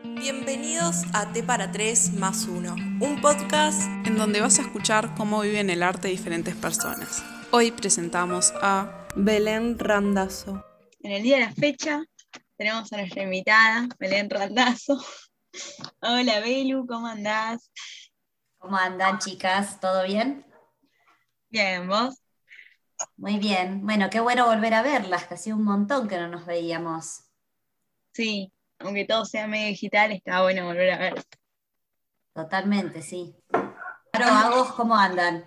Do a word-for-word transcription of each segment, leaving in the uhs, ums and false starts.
Bienvenidos a Té para Tres más Uno, un podcast en donde vas a escuchar cómo viven el arte diferentes personas. Hoy presentamos a Belén Randazzo. En el día de la fecha tenemos a nuestra invitada, Belén Randazzo. Hola Belu, ¿cómo andás? ¿Cómo andan, chicas? ¿Todo bien? Bien, ¿vos? Muy bien. Bueno, qué bueno volver a verlas, que hacía un montón que no nos veíamos. Sí, aunque todo sea medio digital, está bueno volver a ver. Totalmente, sí. Claro, Agos, ¿cómo andan?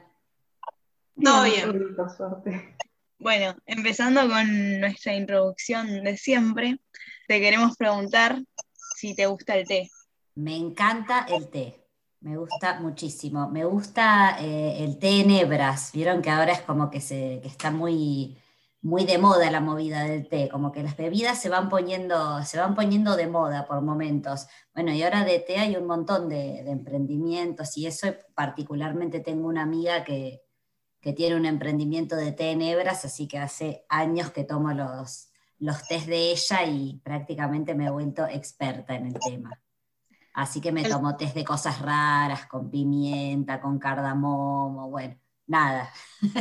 Todo bien. bien. Por suerte. Bueno, empezando con nuestra introducción de siempre, te queremos preguntar si te gusta el té. Me encanta el té. Me gusta muchísimo. Me gusta eh, el té en hebras. Vieron que ahora es como que, se, que está muy, muy de moda la movida del té, como que las bebidas se van poniendo, se van poniendo de moda por momentos. Bueno, y ahora de té hay un montón de, de emprendimientos y eso, particularmente tengo una amiga que, que tiene un emprendimiento de té en hebras, así que hace años que tomo los, los tés de ella y prácticamente me he vuelto experta en el tema. Así que me tomo tés de cosas raras, con pimienta, con cardamomo, bueno, nada,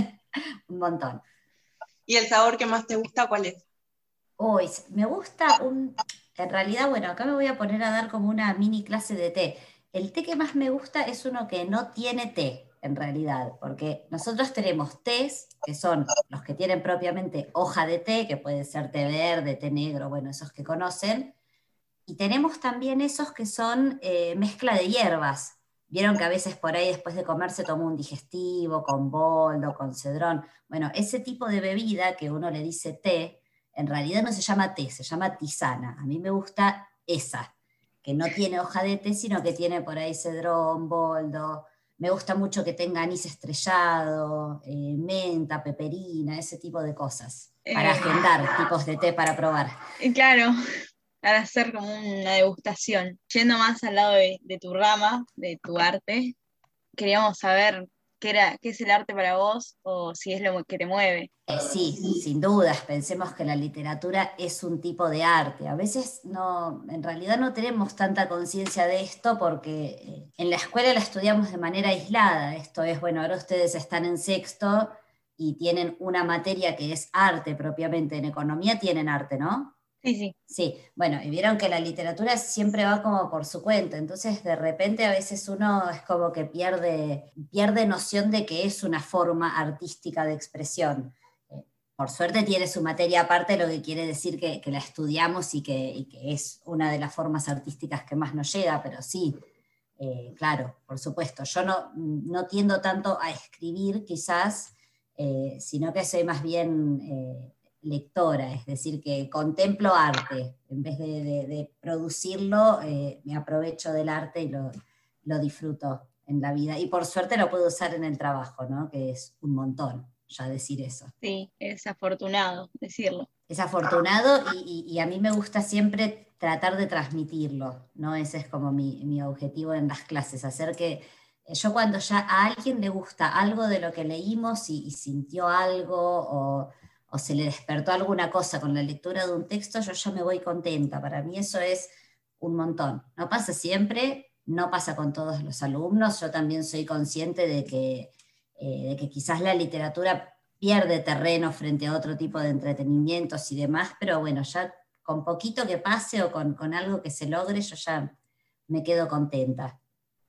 un montón. ¿Y el sabor que más te gusta cuál es? Uy, me gusta un... En realidad, bueno, acá me voy a poner a dar como una mini clase de té. El té que más me gusta es uno que no tiene té, en realidad, porque nosotros tenemos tés, que son los que tienen propiamente hoja de té, que puede ser té verde, té negro, bueno, esos que conocen, y tenemos también esos que son eh, mezcla de hierbas. Vieron que a veces por ahí después de comer se toma un digestivo con boldo, con cedrón. Bueno, ese tipo de bebida que uno le dice té, en realidad no se llama té, se llama tisana. A mí me gusta esa, que no tiene hoja de té, sino que tiene por ahí cedrón, boldo. Me gusta mucho que tenga anís estrellado, eh, menta, peperina, ese tipo de cosas. Para Eh, agendar tipos de té para probar. Y claro, para hacer como una degustación. Yendo más al lado de, de tu rama, de tu arte, queríamos saber qué era, qué es el arte para vos o si es lo que te mueve. Eh, sí, sin dudas, pensemos que la literatura es un tipo de arte. A veces no, en realidad no tenemos tanta conciencia de esto porque eh, en la escuela la estudiamos de manera aislada. Esto es, bueno, ahora ustedes están en sexto y tienen una materia que es arte propiamente. En economía tienen arte, ¿no? Sí, sí. Sí, bueno, y vieron que la literatura siempre va como por su cuenta, entonces de repente a veces uno es como que pierde, pierde noción de que es una forma artística de expresión. Eh, por suerte tiene su materia aparte, lo que quiere decir que, que la estudiamos y que, y que es una de las formas artísticas que más nos llega, pero sí, eh, claro, por supuesto, yo no, no tiendo tanto a escribir quizás, eh, sino que soy más bien... Eh, lectora, es decir, que contemplo arte, en vez de, de, de producirlo, eh, me aprovecho del arte y lo, lo disfruto en la vida. Y por suerte lo puedo usar en el trabajo, ¿no? Que es un montón ya decir eso. Sí, es afortunado decirlo. Es afortunado y, y, y a mí me gusta siempre tratar de transmitirlo, ¿no? Ese es como mi, mi objetivo en las clases, hacer que yo cuando ya a alguien le gusta algo de lo que leímos y, y sintió algo o o se le despertó alguna cosa con la lectura de un texto, yo ya me voy contenta. Para mí eso es un montón. No pasa siempre, no pasa con todos los alumnos, yo también soy consciente de que, eh, de que quizás la literatura pierde terreno frente a otro tipo de entretenimientos y demás, pero bueno, ya con poquito que pase o con, con algo que se logre, yo ya me quedo contenta.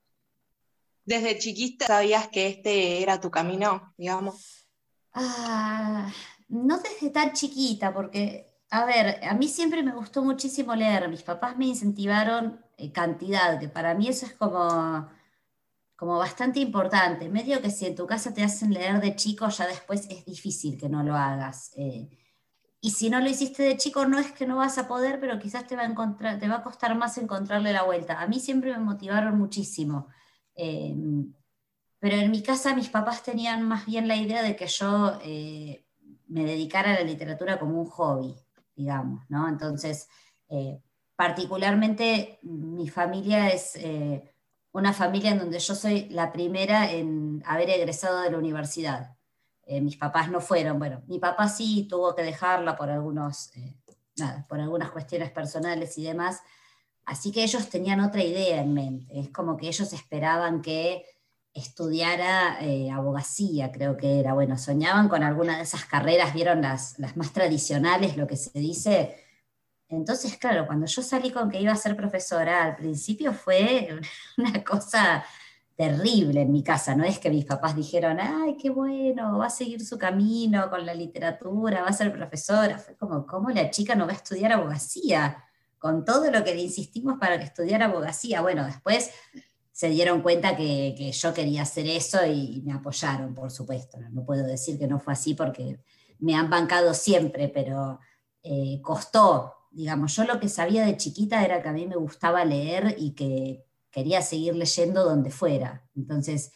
¿Desde chiquita sabías que este era tu camino, digamos? Ah, no desde tan chiquita, porque, a ver, a mí siempre me gustó muchísimo leer. Mis papás me incentivaron eh, cantidad, que para mí eso es como, como bastante importante. Medio que si en tu casa te hacen leer de chico, ya después es difícil que no lo hagas. Eh, y si no lo hiciste de chico, no es que no vas a poder, pero quizás te va a encontrar, te va a costar más encontrarle la vuelta. A mí siempre me motivaron muchísimo. Eh, pero en mi casa mis papás tenían más bien la idea de que yo eh, me dedicara a la literatura como un hobby, digamos, ¿no? Entonces, eh, particularmente mi familia es eh, una familia en donde yo soy la primera en haber egresado de la universidad. Eh, mis papás no fueron, bueno, mi papá sí tuvo que dejarla por algunos, eh, nada, por algunas cuestiones personales y demás, Así que ellos tenían otra idea en mente, es como que ellos esperaban que estudiara eh, abogacía, creo que era, bueno, soñaban con alguna de esas carreras, vieron las, las más tradicionales, lo que se dice. Entonces, claro, cuando yo salí con que iba a ser profesora, al principio fue una cosa terrible en mi casa, no es que mis papás dijeron, ay, qué bueno, va a seguir su camino con la literatura, va a ser profesora, fue como, ¿cómo la chica no va a estudiar abogacía? Con todo lo que le insistimos para que estudiara abogacía. Bueno, después se dieron cuenta que, que yo quería hacer eso y, y me apoyaron, por supuesto. No, no puedo decir que no fue así porque me han bancado siempre, pero eh, costó. Digamos, yo lo que sabía de chiquita era que a mí me gustaba leer y que quería seguir leyendo donde fuera. Entonces,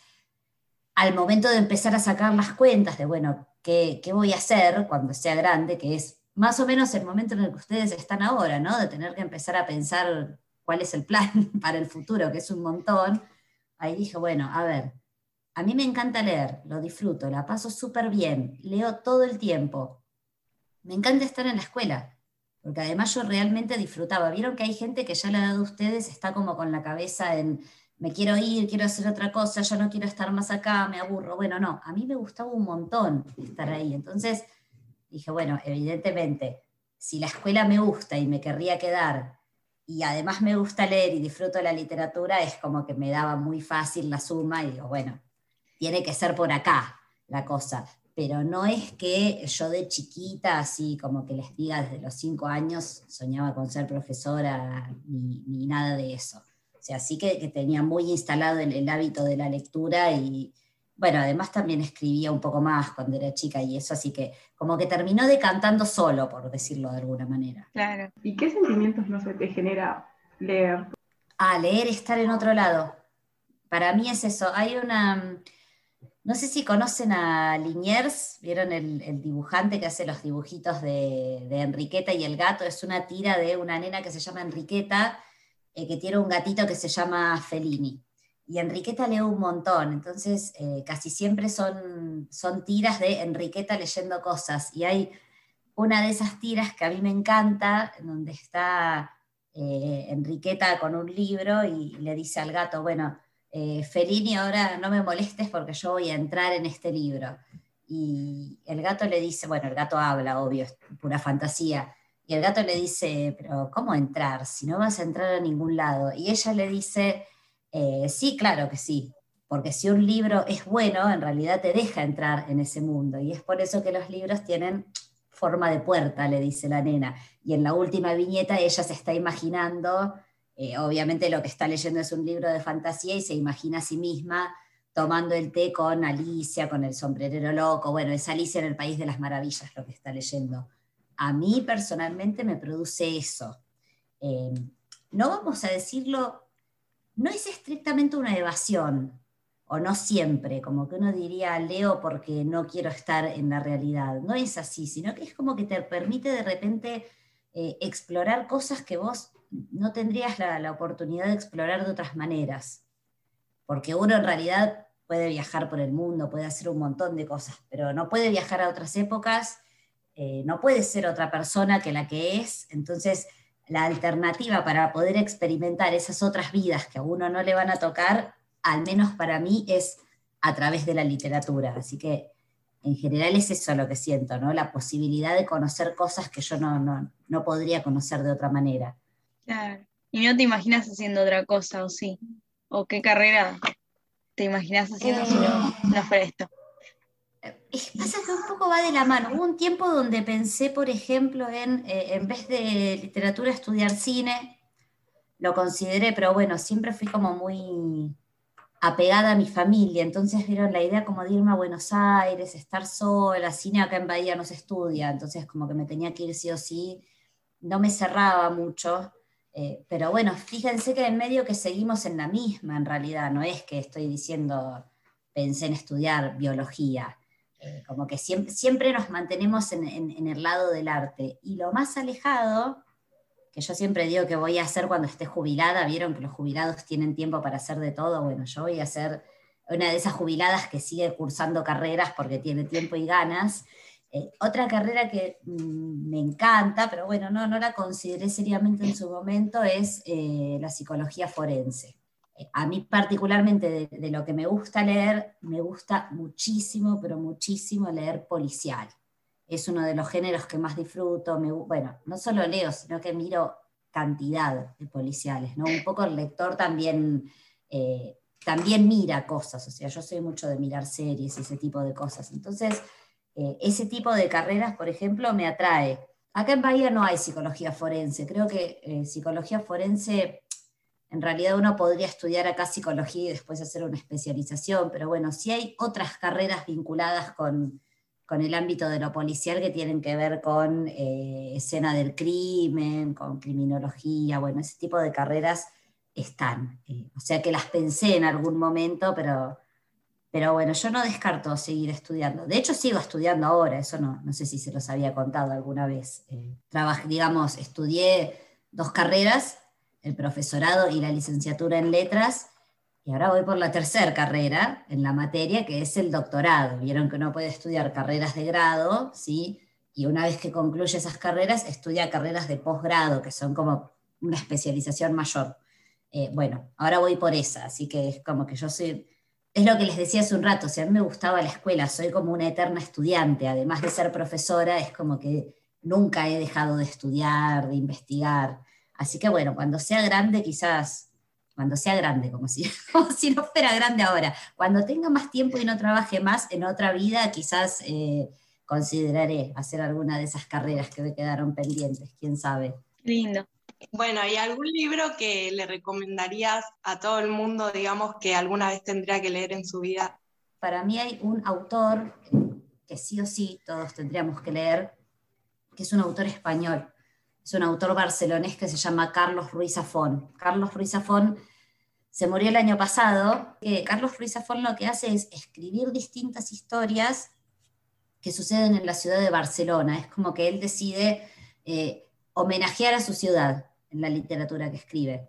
al momento de empezar a sacar las cuentas de, bueno, ¿qué, qué voy a hacer cuando sea grande? Que es más o menos el momento en el que ustedes están ahora, ¿no? De tener que empezar a pensar cuál es el plan para el futuro, que es un montón. Ahí dije, bueno, a ver, a mí me encanta leer, lo disfruto, la paso súper bien, leo todo el tiempo. Me encanta estar en la escuela, porque además yo realmente disfrutaba. Vieron que hay gente que ya a la edad de ustedes está como con la cabeza en, me quiero ir, quiero hacer otra cosa, ya no quiero estar más acá, me aburro. Bueno, no, a mí me gustaba un montón estar ahí. Entonces dije, bueno, evidentemente, si la escuela me gusta y me querría quedar, y además me gusta leer y disfruto la literatura, es como que me daba muy fácil la suma y digo, bueno, tiene que ser por acá la cosa. Pero no es que yo de chiquita, así como que les diga desde los cinco años, soñaba con ser profesora, ni, ni nada de eso. O sea, sí que, que tenía muy instalado el, el hábito de la lectura y, bueno, además también escribía un poco más cuando era chica y eso, así que como que terminó decantando solo, por decirlo de alguna manera. Claro. ¿Y qué sentimientos no se te genera leer? Ah, leer, estar en otro lado. Para mí es eso. Hay una... No sé si conocen a Liniers, ¿vieron el, el dibujante que hace los dibujitos de, de Enriqueta y el gato? Es una tira de una nena que se llama Enriqueta, eh, que tiene un gatito que se llama Fellini. Y Enriqueta lee un montón, entonces eh, casi siempre son, son tiras de Enriqueta leyendo cosas. Y hay una de esas tiras que a mí me encanta, en donde está eh, Enriqueta con un libro y le dice al gato, bueno, eh, Fellini, ahora no me molestes porque yo voy a entrar en este libro. Y el gato le dice, bueno, el gato habla, obvio, es pura fantasía, y el gato le dice, pero ¿cómo entrar? Si no vas a entrar a ningún lado. Y ella le dice, eh, sí, claro que sí, porque si un libro es bueno, en realidad te deja entrar en ese mundo, y es por eso que los libros tienen forma de puerta, le dice la nena, y en la última viñeta ella se está imaginando. Eh, obviamente lo que está leyendo es un libro de fantasía y se imagina a sí misma tomando el té con Alicia, con el sombrerero loco. Bueno, es Alicia en el País de las Maravillas lo que está leyendo. A mí personalmente me produce eso. Eh, no vamos a decirlo, no es estrictamente una evasión, o no siempre, como que uno diría leo porque no quiero estar en la realidad. No es así, sino que es como que te permite de repente eh, explorar cosas que vos no tendrías la, la oportunidad de explorar de otras maneras, porque uno en realidad puede viajar por el mundo, puede hacer un montón de cosas, pero no puede viajar a otras épocas, eh, no puede ser otra persona que la que es. Entonces la alternativa para poder experimentar esas otras vidas que a uno no le van a tocar, al menos para mí, es a través de la literatura. Así que en general es eso lo que siento, ¿no? La posibilidad de conocer cosas que yo no, no, no podría conocer de otra manera. Claro. ¿Y no te imaginas haciendo otra cosa, o sí? ¿O qué carrera te imaginas haciendo Eh, si no, no fuera esto? Es- pasa que un poco va de la mano. Hubo un tiempo donde pensé, por ejemplo, en, eh, en vez de literatura, estudiar cine. Lo consideré, pero bueno, siempre fui como muy apegada a mi familia, entonces vieron la idea como de irme a Buenos Aires, estar sola, cine acá en Bahía no se estudia, entonces como que me tenía que ir sí o sí, no me cerraba mucho. Eh, pero bueno, fíjense que en medio que seguimos en la misma en realidad, no es que estoy diciendo pensé en estudiar biología. Eh, como que siempre, siempre nos mantenemos en, en, en el lado del arte, y lo más alejado que yo siempre digo que voy a hacer cuando esté jubilada. Vieron que los jubilados tienen tiempo para hacer de todo. Bueno, yo voy a ser una de esas jubiladas que sigue cursando carreras porque tiene tiempo y ganas, Eh, otra carrera que mm, me encanta, pero bueno, no, no la consideré seriamente en su momento, es eh, la psicología forense. Eh, a mí particularmente de, de lo que me gusta leer, me gusta muchísimo, pero muchísimo leer policial. Es uno de los géneros que más disfruto. Me, bueno, no solo leo, sino que miro cantidad de policiales, ¿no? Un poco el lector también, eh, también mira cosas, o sea, yo soy mucho de mirar series y ese tipo de cosas. Entonces, eh, ese tipo de carreras, por ejemplo, me atrae. Acá en Bahía no hay psicología forense. Creo que eh, psicología forense, en realidad uno podría estudiar acá psicología y después hacer una especialización, pero bueno, sí hay otras carreras vinculadas con, con el ámbito de lo policial que tienen que ver con eh, escena del crimen, con criminología, bueno, ese tipo de carreras están. Eh, o sea que las pensé en algún momento, pero, pero bueno, yo no descarto seguir estudiando. De hecho, sigo estudiando ahora, eso no, no sé si se los había contado alguna vez. Eh, trabajé, digamos, estudié dos carreras, el profesorado y la licenciatura en letras, y ahora voy por la tercera carrera en la materia, que es el doctorado. Vieron que uno puede estudiar carreras de grado, ¿sí? Y una vez que concluye esas carreras, estudia carreras de posgrado, que son como una especialización mayor. Eh, bueno, ahora voy por esa, así que es como que yo soy, es lo que les decía hace un rato, o sea, a mí me gustaba la escuela, soy como una eterna estudiante, además de ser profesora, es como que nunca he dejado de estudiar, de investigar. Así que bueno, cuando sea grande quizás, cuando sea grande, como si, como si no fuera grande ahora, cuando tenga más tiempo y no trabaje más en otra vida, quizás eh, consideraré hacer alguna de esas carreras que me quedaron pendientes, quién sabe. Lindo. Bueno, ¿y algún libro que le recomendarías a todo el mundo, digamos, que alguna vez tendría que leer en su vida? Para mí hay un autor que sí o sí todos tendríamos que leer, que es un autor español, es un autor barcelonés que se llama Carlos Ruiz Zafón. Carlos Ruiz Zafón se murió el año pasado. Eh, Carlos Ruiz Zafón lo que hace es escribir distintas historias que suceden en la ciudad de Barcelona. Es como que él decide eh, homenajear a su ciudad en la literatura que escribe.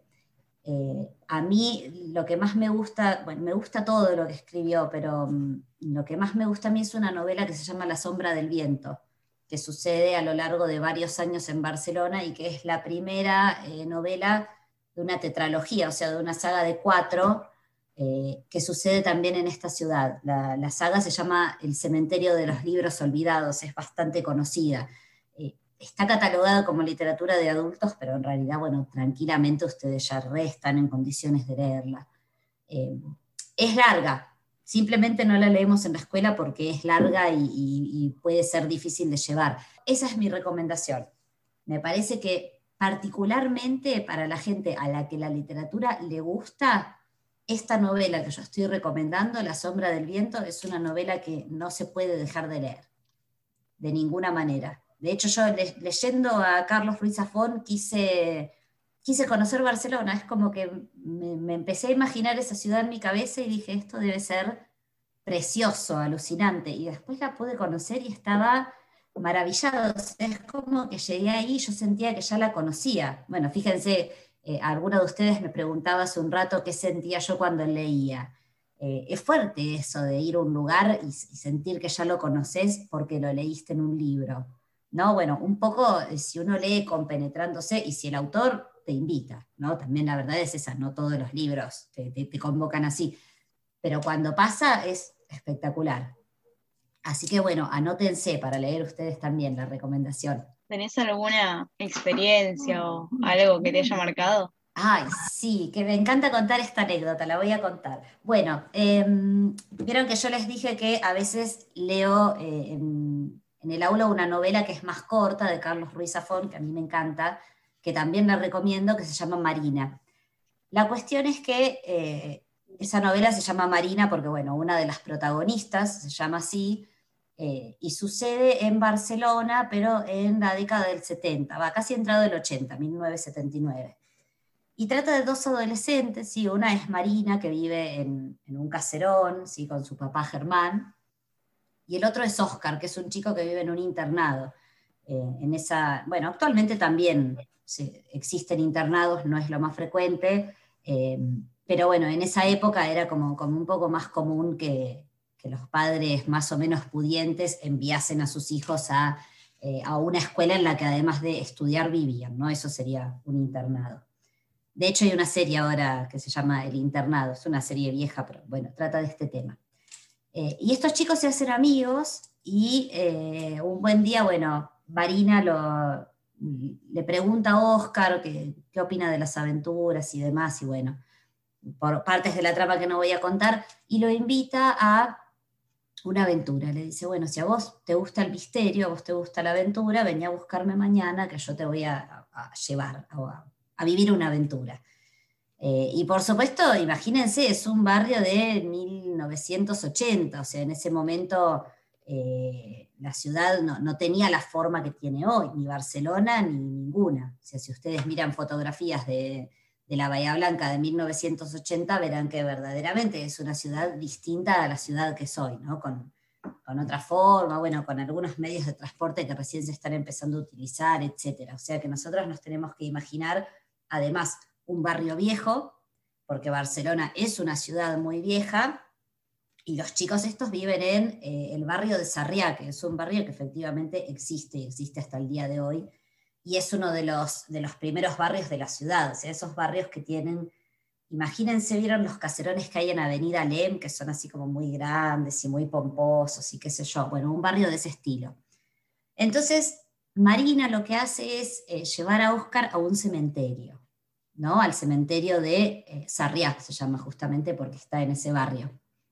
Eh, a mí lo que más me gusta, bueno, me gusta todo lo que escribió, pero um, lo que más me gusta a mí es una novela que se llama La sombra del viento, que sucede a lo largo de varios años en Barcelona y que es la primera eh, novela de una tetralogía, o sea, de una saga de cuatro, eh, que sucede también en esta ciudad. La, la saga se llama El cementerio de los libros olvidados, es bastante conocida. Eh, Está catalogado como literatura de adultos, pero en realidad, bueno, tranquilamente ustedes ya re están en condiciones de leerla. Eh, es larga, simplemente no la leemos en la escuela porque es larga y, y, y puede ser difícil de llevar. Esa es mi recomendación. Me parece que particularmente para la gente a la que la literatura le gusta, esta novela que yo estoy recomendando, La sombra del viento, es una novela que no se puede dejar de leer, de ninguna manera. De hecho, yo le, leyendo a Carlos Ruiz Zafón quise, quise conocer Barcelona. Es como que me, me empecé a imaginar esa ciudad en mi cabeza y dije, esto debe ser precioso, alucinante. Y después la pude conocer y estaba maravillado. O sea, es como que llegué ahí y yo sentía que ya la conocía. Bueno, fíjense, eh, alguno de ustedes me preguntaba hace un rato qué sentía yo cuando leía. Eh, es fuerte eso de ir a un lugar y, y sentir que ya lo conoces porque lo leíste en un libro, ¿no? Bueno, un poco eh, si uno lee compenetrándose y si el autor te invita, ¿no? También la verdad es esa, no todos los libros te, te, te convocan así, pero cuando pasa es espectacular. Así que bueno, anótense para leer ustedes también la recomendación. ¿Tenés alguna experiencia o algo que te haya marcado? Ay, sí, que me encanta contar esta anécdota, la voy a contar. Bueno, eh, vieron que yo les dije que a veces leo eh, en, en el aula una novela que es más corta, de Carlos Ruiz Zafón, que a mí me encanta, que también la recomiendo, que se llama Marina. La cuestión es que eh, esa novela se llama Marina porque, bueno, una de las protagonistas se llama así, eh, y sucede en Barcelona, pero en la década del setenta, va casi entrado el ochenta, mil novecientos setenta y nueve. Y trata de dos adolescentes, ¿sí? Una es Marina, que vive en, en un caserón, ¿sí? Con su papá Germán, y el otro es Oscar, que es un chico que vive en un internado. Eh, en esa, bueno, actualmente también sí, existen internados, no es lo más frecuente, eh, pero bueno, en esa época era como, como un poco más común que, que que los padres más o menos pudientes enviasen a sus hijos a, eh, a una escuela en la que además de estudiar vivían, ¿no? Eso sería un internado. De hecho hay una serie ahora que se llama El Internado, es una serie vieja, pero bueno, trata de este tema. Eh, y estos chicos se hacen amigos y eh, un buen día, bueno, Marina lo, le pregunta a Oscar qué, qué opina de las aventuras y demás, y bueno, por partes de la trama que no voy a contar, y lo invita a una aventura. Le dice, bueno, si a vos te gusta el misterio, a vos te gusta la aventura, vení a buscarme mañana que yo te voy a, a llevar a, a vivir una aventura. Eh, y por supuesto, imagínense, es un barrio de mil novecientos ochenta, o sea, en ese momento eh, la ciudad no, no tenía la forma que tiene hoy, ni Barcelona ni ninguna. O sea, si ustedes miran fotografías de, de la Bahía Blanca de mil novecientos ochenta, verán que verdaderamente es una ciudad distinta a la ciudad que es hoy, ¿no? Con, con otra forma, bueno, con algunos medios de transporte que recién se están empezando a utilizar, etcétera. O sea que nosotros nos tenemos que imaginar, además, un barrio viejo, porque Barcelona es una ciudad muy vieja, y los chicos estos viven en eh, el barrio de Sarriá, que es un barrio que efectivamente existe, existe hasta el día de hoy, y es uno de los, de los primeros barrios de la ciudad, o sea, esos barrios que tienen, imagínense, vieron los caserones que hay en Avenida Alem, que son así como muy grandes y muy pomposos, y qué sé yo, bueno, un barrio de ese estilo. Entonces, Marina lo que hace es eh, llevar a Oscar a un cementerio, ¿no? Al cementerio de eh, Sarriá, se llama justamente porque está en ese barrio.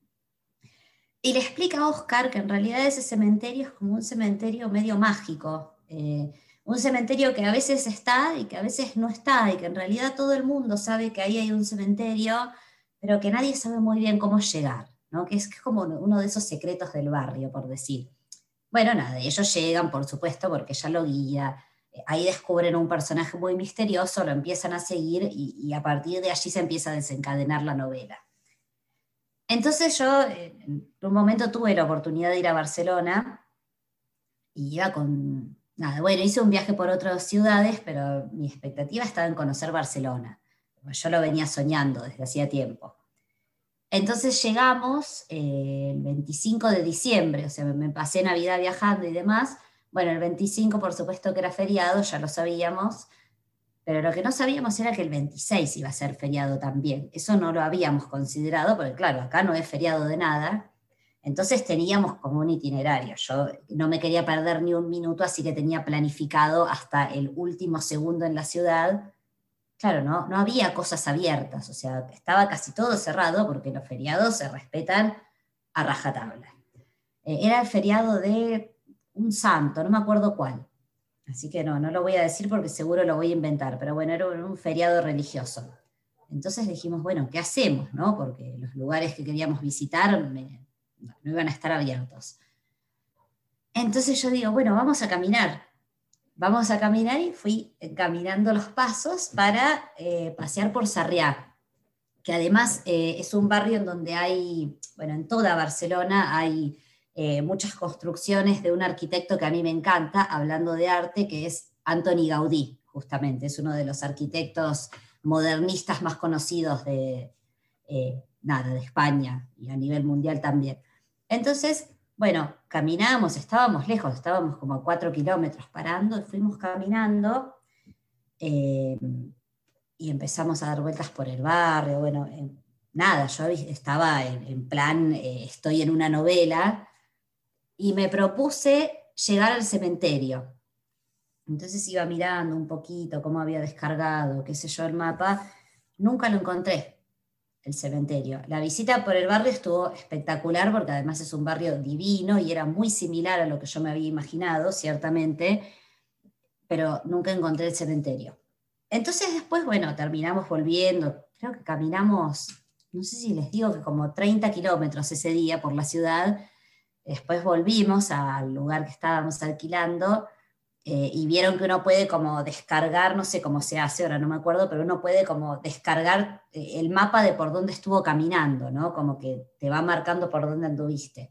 Y le explica a Oscar que en realidad ese cementerio es como un cementerio medio mágico, eh, un cementerio que a veces está y que a veces no está, y que en realidad todo el mundo sabe que ahí hay un cementerio, pero que nadie sabe muy bien cómo llegar, ¿no? Que es como uno de esos secretos del barrio, por decir. Bueno, nada, ellos llegan, por supuesto, porque ella lo guía. Ahí descubren un personaje muy misterioso, lo empiezan a seguir y, y a partir de allí se empieza a desencadenar la novela. Entonces yo en un momento tuve la oportunidad de ir a Barcelona y iba con... Nada, bueno, hice un viaje por otras ciudades, pero mi expectativa estaba en conocer Barcelona. Yo lo venía soñando desde hacía tiempo. Entonces llegamos eh, el veinticinco de diciembre, o sea, me, me pasé Navidad viajando y demás. Bueno, el veinticinco por supuesto que era feriado, ya lo sabíamos, pero lo que no sabíamos era que el veintiséis iba a ser feriado también. Eso no lo habíamos considerado, porque claro, acá no es feriado de nada. Entonces teníamos como un itinerario. Yo no me quería perder ni un minuto, así que tenía planificado hasta el último segundo en la ciudad. Claro, no, no había cosas abiertas, o sea, estaba casi todo cerrado porque los feriados se respetan a rajatabla. Eh, era el feriado de un santo, no me acuerdo cuál. Así que no, no lo voy a decir porque seguro lo voy a inventar, pero bueno, era un feriado religioso. Entonces dijimos, bueno, ¿qué hacemos? ¿No? Porque los lugares que queríamos visitar me, no, no iban a estar abiertos. Entonces yo digo, bueno, vamos a caminar. Vamos a caminar y fui caminando los pasos para eh, pasear por Sarriá, que además eh, es un barrio en donde hay, bueno, en toda Barcelona hay eh, muchas construcciones de un arquitecto que a mí me encanta, hablando de arte, que es Antoni Gaudí, justamente, es uno de los arquitectos modernistas más conocidos de, eh, nada, de España y a nivel mundial también. Entonces, bueno, caminamos, estábamos lejos, estábamos como a cuatro kilómetros parando, y fuimos caminando eh, y empezamos a dar vueltas por el barrio. Bueno, eh, nada, yo estaba en, en plan, eh, estoy en una novela, y me propuse llegar al cementerio. Entonces iba mirando un poquito cómo había descargado, qué sé yo, el mapa. Nunca lo encontré, el cementerio. La visita por el barrio estuvo espectacular porque además es un barrio divino y era muy similar a lo que yo me había imaginado, ciertamente, pero nunca encontré el cementerio. Entonces después, bueno, terminamos volviendo, creo que caminamos, no sé si les digo que como treinta kilómetros ese día por la ciudad. Después volvimos al lugar que estábamos alquilando eh, y vieron que uno puede como descargar, no sé cómo se hace, ahora no me acuerdo, pero uno puede como descargar eh, el mapa de por dónde estuvo caminando, ¿no? Como que te va marcando por dónde anduviste.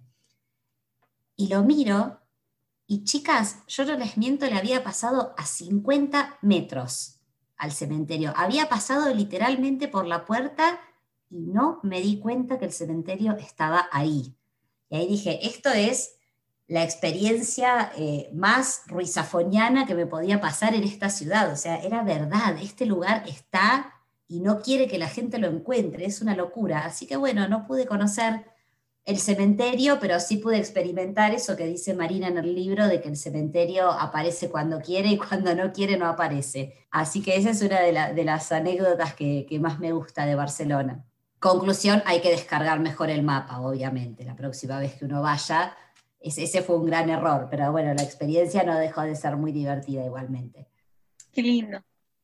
Y lo miro, y chicas, yo no les miento, le había pasado a cincuenta metros al cementerio. Había pasado literalmente por la puerta y no me di cuenta que el cementerio estaba ahí. Y Y ahí dije, esto es la experiencia eh, más ruizafoniana que me podía pasar en esta ciudad. O sea, era verdad, este lugar está y no quiere que la gente lo encuentre, es una locura. Así que bueno, no pude conocer el cementerio, pero sí pude experimentar eso que dice Marina en el libro, de que el cementerio aparece cuando quiere y cuando no quiere no aparece. Así que esa es una de, la, de las anécdotas que, que más me gusta de Barcelona. Conclusión, hay que descargar mejor el mapa, obviamente. La próxima vez que uno vaya, ese, ese fue un gran error, pero bueno, la experiencia no dejó de ser muy divertida igualmente. Qué lindo.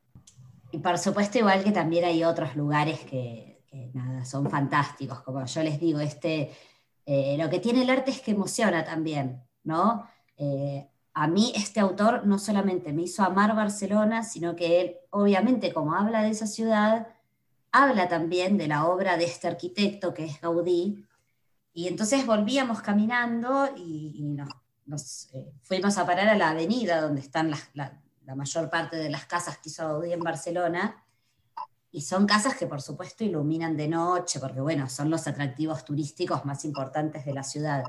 Y por supuesto, igual que también hay otros lugares que, que nada, son fantásticos, como yo les digo, este... Eh, lo que tiene el arte es que emociona también, ¿no? Eh, a mí este autor no solamente me hizo amar Barcelona, sino que él, obviamente, como habla de esa ciudad, habla también de la obra de este arquitecto que es Gaudí, y entonces volvíamos caminando y, y nos, nos eh, fuimos a parar a la avenida donde están las, la, la mayor parte de las casas que hizo Gaudí en Barcelona. Y son casas que por supuesto iluminan de noche, porque bueno, son los atractivos turísticos más importantes de la ciudad.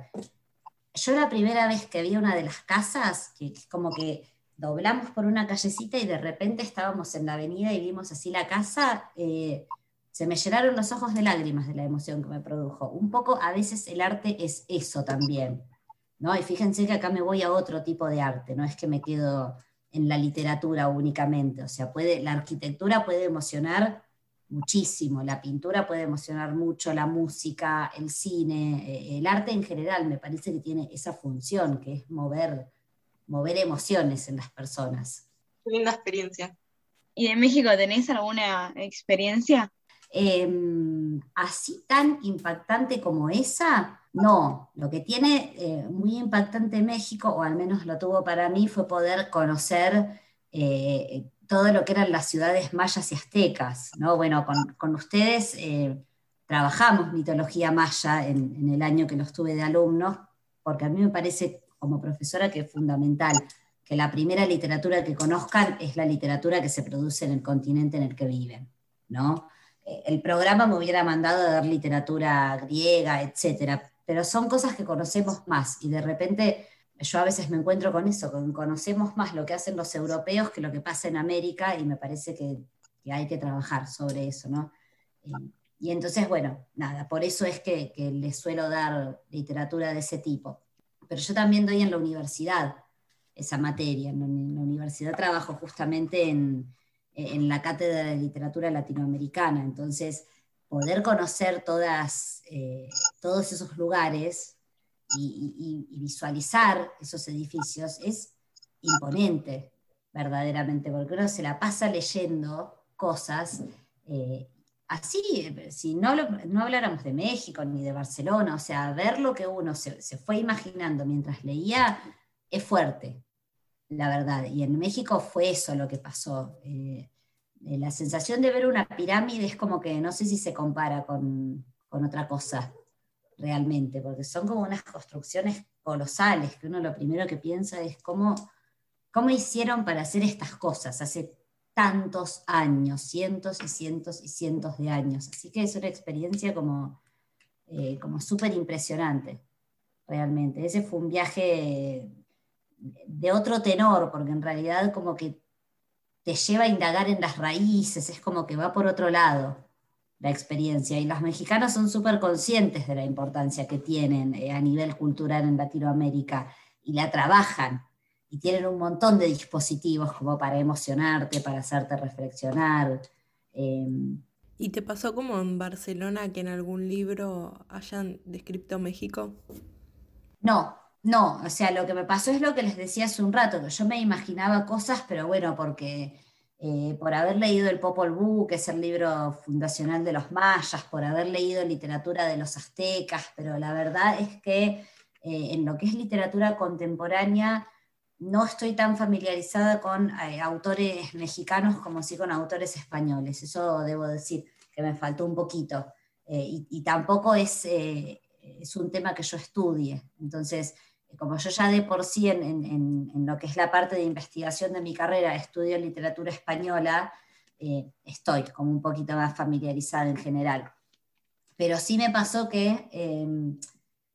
Yo la primera vez que vi una de las casas, que, que como que doblamos por una callecita y de repente estábamos en la avenida y vimos así la casa, eh, se me llenaron los ojos de lágrimas de la emoción que me produjo. Un poco a veces el arte es eso también, ¿no? Y fíjense que acá me voy a otro tipo de arte, no es que me quedo en la literatura únicamente, o sea, puede, la arquitectura puede emocionar muchísimo, la pintura puede emocionar mucho, la música, el cine, eh, el arte en general me parece que tiene esa función, que es mover, mover emociones en las personas. Qué linda experiencia. ¿Y de México tenés alguna experiencia? Eh, así tan impactante como esa, no. Lo que tiene eh, muy impactante México, o al menos lo tuvo para mí, fue poder conocer eh, todo lo que eran las ciudades mayas y aztecas, ¿no? Bueno, con, con ustedes eh, trabajamos mitología maya en, en el año que los tuve de alumnos, porque a mí me parece como profesora que es fundamental que la primera literatura que conozcan es la literatura que se produce en el continente en el que viven, ¿no? El programa me hubiera mandado a dar literatura griega, etcétera, pero son cosas que conocemos más, y de repente yo a veces me encuentro con eso, con conocemos más lo que hacen los europeos que lo que pasa en América, y me parece que, que hay que trabajar sobre eso, ¿no? Y, y entonces, bueno, nada, por eso es que, que les suelo dar literatura de ese tipo. Pero yo también doy en la universidad esa materia, en la, en la universidad trabajo justamente en en la cátedra de literatura latinoamericana, entonces poder conocer todas, eh, todos esos lugares y, y, y visualizar esos edificios es imponente, verdaderamente, porque uno se la pasa leyendo cosas, eh, así, si no, no habláramos de México ni de Barcelona, o sea, ver lo que uno se, se fue imaginando mientras leía es fuerte, la verdad. Y en México fue eso lo que pasó. Eh, eh, la sensación de ver una pirámide es como que no sé si se compara con, con otra cosa realmente, porque son como unas construcciones colosales, que uno lo primero que piensa es cómo, cómo hicieron para hacer estas cosas hace tantos años, cientos y cientos y cientos de años. Así que es una experiencia como, eh, como súper impresionante, realmente. Ese fue un viaje de otro tenor, porque en realidad como que te lleva a indagar en las raíces, es como que va por otro lado la experiencia, y los mexicanos son súper conscientes de la importancia que tienen eh, a nivel cultural en Latinoamérica, y la trabajan, y tienen un montón de dispositivos como para emocionarte, para hacerte reflexionar. Eh, ¿Y te pasó como en Barcelona que en algún libro hayan descrito México? no, No, o sea, lo que me pasó es lo que les decía hace un rato, que yo me imaginaba cosas, pero bueno, porque eh, por haber leído el Popol Vuh, que es el libro fundacional de los mayas, por haber leído literatura de los aztecas, pero la verdad es que eh, en lo que es literatura contemporánea no estoy tan familiarizada con eh, autores mexicanos como sí con autores españoles, eso debo decir que me faltó un poquito, eh, y, y tampoco es, eh, es un tema que yo estudie, entonces como yo ya de por sí en, en, en lo que es la parte de investigación de mi carrera estudio literatura española, eh, estoy como un poquito más familiarizada en general. Pero sí me pasó que eh,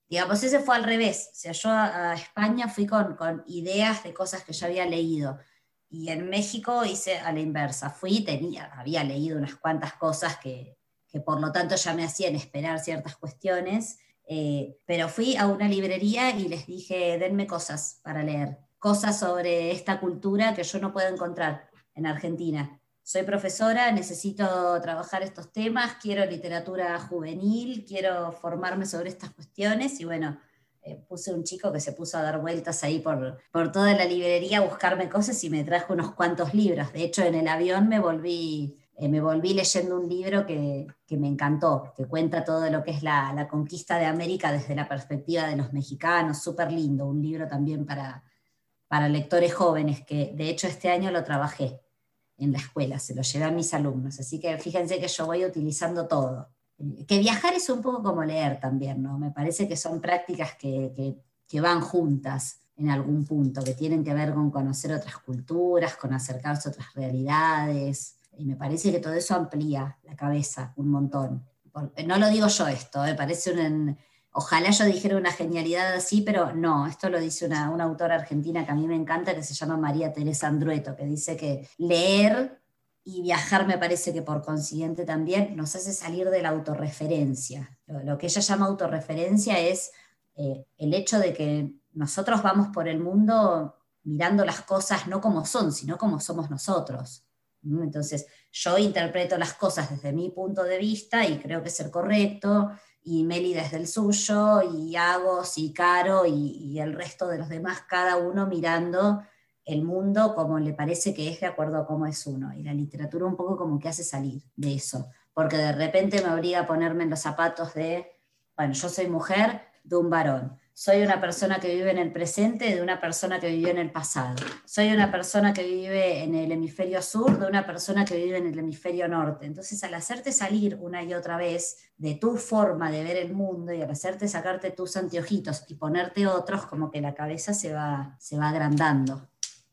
digamos, ese fue al revés. O sea, yo a, a España fui con, con ideas de cosas que ya había leído. Y en México hice a la inversa. Fui y tenía, había leído unas cuantas cosas que, que por lo tanto ya me hacían esperar ciertas cuestiones. Eh, pero fui a una librería y les dije, denme cosas para leer. Cosas sobre esta cultura que yo no puedo encontrar en Argentina. Soy profesora, necesito trabajar estos temas, quiero literatura juvenil, quiero formarme sobre estas cuestiones, y bueno, eh, puse un chico que se puso a dar vueltas ahí por, por toda la librería a buscarme cosas y me trajo unos cuantos libros. De hecho, en el avión me volví, eh, me volví leyendo un libro que, que me encantó, que cuenta todo lo que es la, la conquista de América desde la perspectiva de los mexicanos, súper lindo, un libro también para, para lectores jóvenes, que de hecho este año lo trabajé en la escuela, se lo llevé a mis alumnos, así que fíjense que yo voy utilizando todo. Que viajar es un poco como leer también, ¿no? Me parece que son prácticas que, que, que van juntas en algún punto, que tienen que ver con conocer otras culturas, con acercarse a otras realidades, y me parece que todo eso amplía la cabeza un montón. No lo digo yo esto, me parece un... Ojalá yo dijera una genialidad así, pero no, esto lo dice una, una autora argentina que a mí me encanta, que se llama María Teresa Andrueto, que dice que leer y viajar, me parece que por consiguiente también nos hace salir de la autorreferencia. Lo, lo que ella llama autorreferencia es eh, el hecho de que nosotros vamos por el mundo mirando las cosas no como son, sino como somos nosotros. ¿Mm? Entonces yo interpreto las cosas desde mi punto de vista y creo que es el correcto, y Meli desde el suyo, y Agos, y Caro, y, y el resto de los demás, cada uno mirando el mundo como le parece que es de acuerdo a cómo es uno. Y la literatura un poco como que hace salir de eso, porque de repente me obliga a ponerme en los zapatos de, bueno, yo soy mujer de un varón, soy una persona que vive en el presente de una persona que vivió en el pasado, soy una persona que vive en el hemisferio sur de una persona que vive en el hemisferio norte. Entonces, al hacerte salir una y otra vez de tu forma de ver el mundo y al hacerte sacarte tus anteojitos y ponerte otros, como que la cabeza se va, se va agrandando.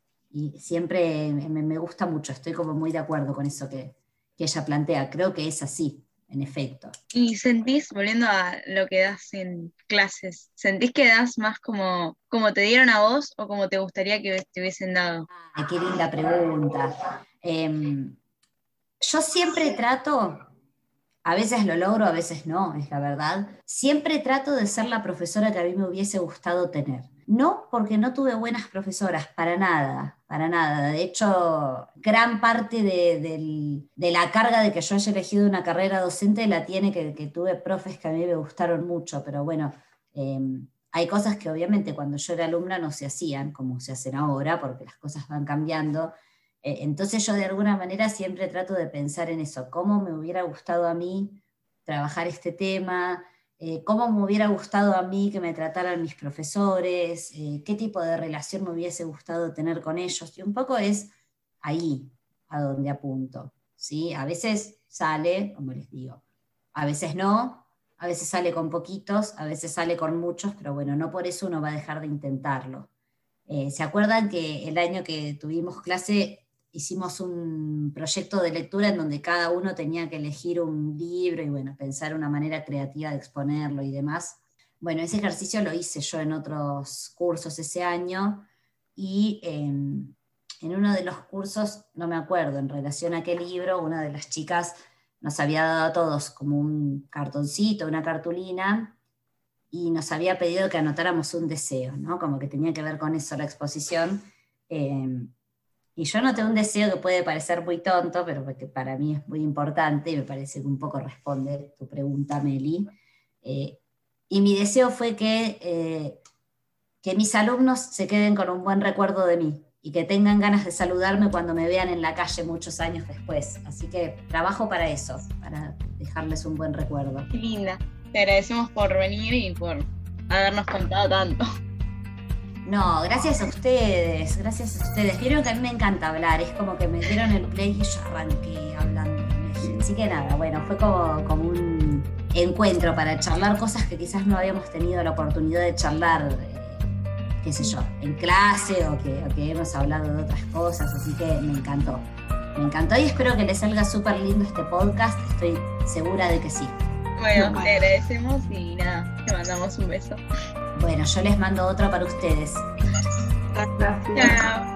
Y siempre me, me gusta mucho, estoy como muy de acuerdo con eso que, que ella plantea, creo que es así. En efecto. ¿Y sentís, volviendo a lo que das en clases, sentís que das más como, como te dieron a vos o como te gustaría que te hubiesen dado? Ay, qué linda pregunta. Eh, yo siempre trato, a veces lo logro, a veces no, es la verdad, siempre trato de ser la profesora que a mí me hubiese gustado tener. No porque no tuve buenas profesoras, para nada, para nada. De hecho, gran parte de, de, de la carga de que yo haya elegido una carrera docente la tiene que, que tuve profes que a mí me gustaron mucho, pero bueno, eh, hay cosas que obviamente cuando yo era alumna no se hacían como se hacen ahora, porque las cosas van cambiando. Eh, entonces yo de alguna manera siempre trato de pensar en eso, cómo me hubiera gustado a mí trabajar este tema, Eh, cómo me hubiera gustado a mí que me trataran mis profesores, eh, qué tipo de relación me hubiese gustado tener con ellos, y un poco es ahí a donde apunto, ¿sí? A veces sale, como les digo, a veces no, a veces sale con poquitos, a veces sale con muchos, pero bueno, no por eso uno va a dejar de intentarlo. Eh, ¿se acuerdan que el año que tuvimos clase hicimos un proyecto de lectura en donde cada uno tenía que elegir un libro y bueno, pensar una manera creativa de exponerlo y demás? Bueno, ese ejercicio lo hice yo en otros cursos ese año, y eh, en uno de los cursos, no me acuerdo, en relación a qué libro, una de las chicas nos había dado a todos como un cartoncito, una cartulina, y nos había pedido que anotáramos un deseo, ¿no? Como que tenía que ver con eso la exposición. Eh, Y yo noté un deseo que puede parecer muy tonto, pero que para mí es muy importante, y me parece que un poco responde tu pregunta, Meli. Eh, y mi deseo fue que, eh, que mis alumnos se queden con un buen recuerdo de mí, y que tengan ganas de saludarme cuando me vean en la calle muchos años después. Así que trabajo para eso, para dejarles un buen recuerdo. Qué linda. Te agradecemos por venir y por habernos contado tanto. No, gracias a ustedes, gracias a ustedes. Vieron que a mí me encanta hablar, es como que me dieron el play y yo arranqué hablando. Así que nada, bueno, fue como, como un encuentro para charlar cosas que quizás no habíamos tenido la oportunidad de charlar, eh, qué sé yo, en clase, o que, o que hemos hablado de otras cosas, así que me encantó. Me encantó y espero que les salga súper lindo este podcast, estoy segura de que sí. Bueno, Bueno. te agradecemos y nada, te mandamos un beso. Bueno, yo les mando otro para ustedes. Gracias. Chao.